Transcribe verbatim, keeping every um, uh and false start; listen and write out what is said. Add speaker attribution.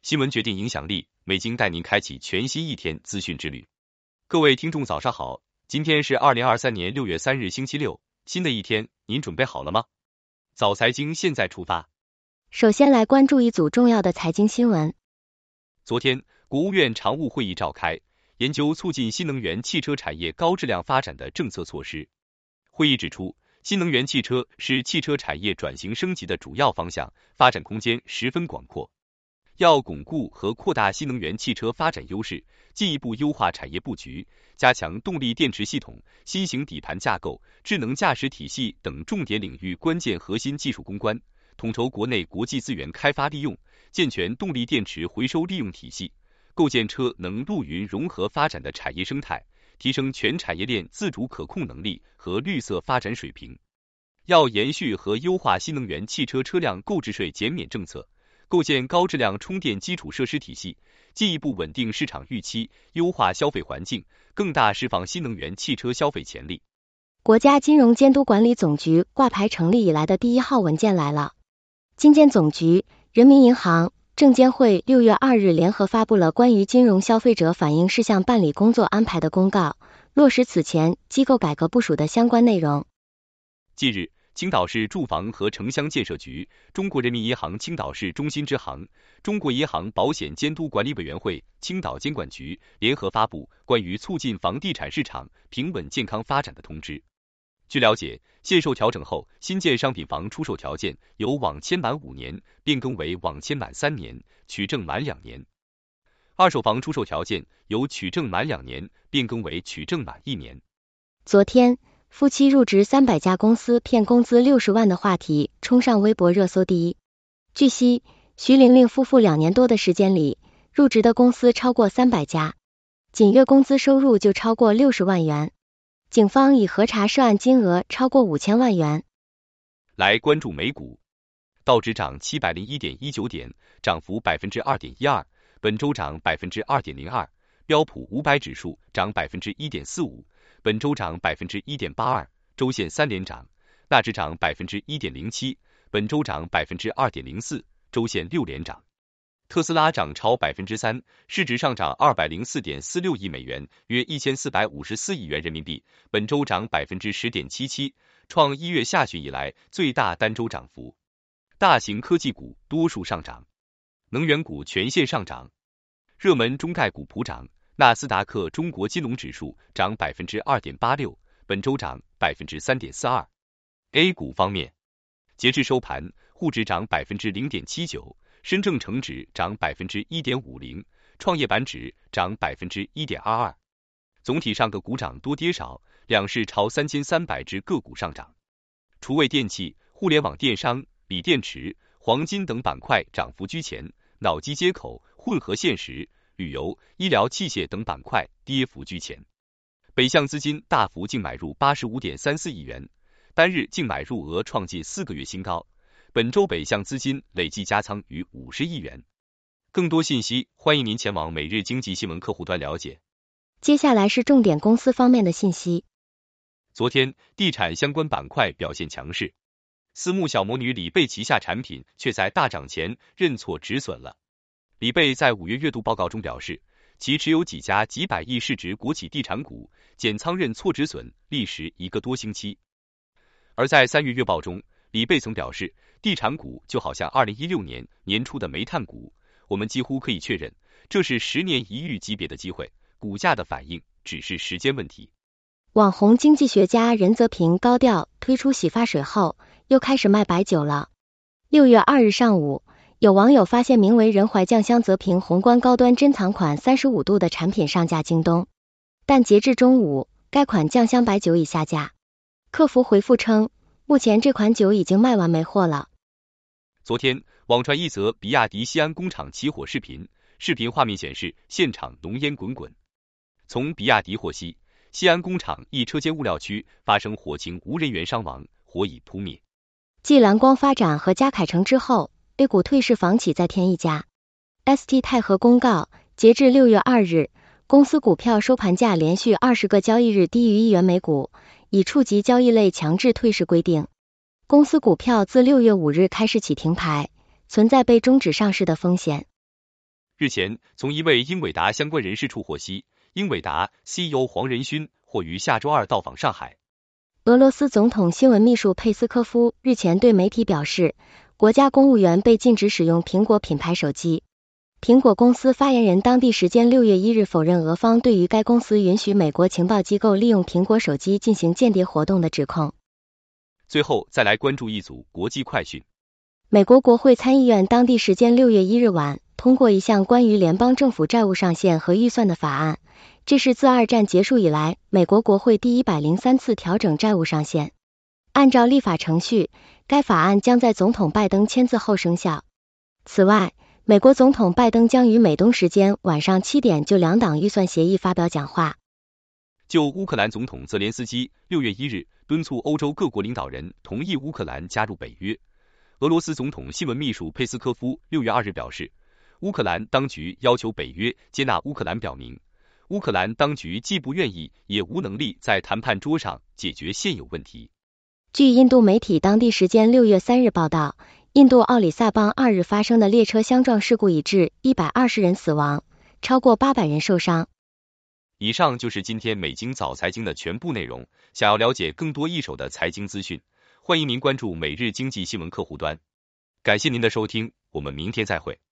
Speaker 1: 新闻决定影响力，美经带您开启全新一天资讯之旅。各位听众早上好，今天是二零二三年六月三日星期六，新的一天您准备好了吗？早财经现在出发。
Speaker 2: 首先来关注一组重要的财经新闻。
Speaker 1: 昨天，国务院常务会议召开，研究促进新能源汽车产业高质量发展的政策措施。会议指出，新能源汽车是汽车产业转型升级的主要方向，发展空间十分广阔。要巩固和扩大新能源汽车发展优势，进一步优化产业布局，加强动力电池系统、新型底盘架构、智能驾驶体系等重点领域关键核心技术攻关，统筹国内国际资源开发利用，健全动力电池回收利用体系，构建车能陆云融合发展的产业生态，提升全产业链自主可控能力和绿色发展水平。要延续和优化新能源汽车车辆购置税减免政策，构建高质量充电基础设施体系，进一步稳定市场预期，优化消费环境，更大释放新能源汽车消费潜力。
Speaker 2: 国家金融监督管理总局挂牌成立以来的第一号文件来了。金监总局、人民银行、证监会六月二日联合发布了关于金融消费者反映事项办理工作安排的公告，落实此前机构改革部署的相关内容。
Speaker 1: 近日，青岛市住房和城乡建设局、中国人民银行青岛市中心支行、中国银行保险监督管理委员会青岛监管局联合发布关于促进房地产市场平稳健康发展的通知。据了解，限售调整后，新建商品房出售条件由网签满五年变更为网签满三年，取证满两年；二手房出售条件由取证满两年变更为取证满一年。
Speaker 2: 昨天，夫妻入职三百家公司骗工资六十万的话题冲上微博热搜第一。据悉，徐玲玲夫妇两年多的时间里，入职的公司超过三百家，仅月工资收入就超过六十万元。警方已核查涉案金额超过五千万元。
Speaker 1: 来关注美股，道指涨七百零一点一九点，涨幅百分之二点一二，本周涨百分之二点零二；标普五百指数涨百分之一点四五，本周涨百分之一点八二，周线三连涨；纳指涨百分之一点零七，本周涨百分之二点零四，周线六连涨。特斯拉涨超百分之三，市值上涨二百零四点四六亿美元，约一千四百五十四亿元人民币，本周涨百分之十点七七，创一月下旬以来最大单周涨幅。大型科技股多数上涨，能源股全线上涨，热门中概股普涨，纳斯达克中国金融指数涨百分之二点八六，本周涨百分之三点四二。A 股方面，截至收盘，沪指涨百分之零点七九。深证成指涨百分之一点五零，创业板指涨百分之一点二二。总体上个股涨多跌少，两市超三千三百只个股上涨。除为电器、互联网电商、锂电池、黄金等板块涨幅居前，脑机接口、混合现实、旅游、医疗器械等板块跌幅居前。北向资金大幅净买入八十五点三四亿元，单日净买入额创近四个月新高。本周北向资金累计加仓逾五十亿元。更多信息，欢迎您前往每日经济新闻客户端了解。
Speaker 2: 接下来是重点公司方面的信息。
Speaker 1: 昨天，地产相关板块表现强势，私募小魔女李贝旗下产品却在大涨前认错止损了。李贝在五月月度报告中表示，其持有几家几百亿市值国企地产股，减仓认错止损，历时一个多星期。而在三月月报中，李贝曾表示，地产股就好像二零一六年年初的煤炭股，我们几乎可以确认，这是十年一遇级别的机会，股价的反应只是时间问题。
Speaker 2: 网红经济学家任泽平高调推出洗发水后，又开始卖白酒了。六月二日上午，有网友发现名为仁怀酱香泽平宏观高端珍藏款三十五度的产品上架京东，但截至中午，该款酱香白酒已下架。客服回复称，目前这款酒已经卖完没货了。
Speaker 1: 昨天，网传一则比亚迪西安工厂起火视频，视频画面显示现场浓烟滚滚。从比亚迪获悉，西安工厂一车间物料区发生火情，无人员伤亡，火已扑灭。
Speaker 2: 继蓝光发展和嘉凯城之后，A 股退市房企再添一家。S T 泰禾公告，截至六月二日，公司股票收盘价连续二十个交易日低于一元每股，已触及交易类强制退市规定。公司股票自六月五日开始起停牌，存在被终止上市的风险。
Speaker 1: 日前，从一位英伟达相关人士处获悉，英伟达 C E O 黄仁勋或于下周二到访上海。
Speaker 2: 俄罗斯总统新闻秘书佩斯科夫日前对媒体表示，国家公务员被禁止使用苹果品牌手机。苹果公司发言人当地时间六月一日否认俄方对于该公司允许美国情报机构利用苹果手机进行间谍活动的指控。
Speaker 1: 最后再来关注一组国际快讯。
Speaker 2: 美国国会参议院当地时间六月一日晚通过一项关于联邦政府债务上限和预算的法案，这是自二战结束以来美国国会第一百零三次调整债务上限。按照立法程序，该法案将在总统拜登签字后生效。此外，美国总统拜登将于美东时间晚上七点就两党预算协议发表讲话。
Speaker 1: 就乌克兰总统泽连斯基六月一日敦促欧洲各国领导人同意乌克兰加入北约，俄罗斯总统新闻秘书佩斯科夫六月二日表示，乌克兰当局要求北约接纳乌克兰，表明乌克兰当局既不愿意也无能力在谈判桌上解决现有问题。
Speaker 2: 据印度媒体当地时间六月三日报道，印度奥里萨邦二日发生的列车相撞事故已致一百二十人死亡，超过八百人受伤。
Speaker 1: 以上就是今天美经早财经的全部内容。想要了解更多一手的财经资讯，欢迎您关注每日经济新闻客户端。感谢您的收听，我们明天再会。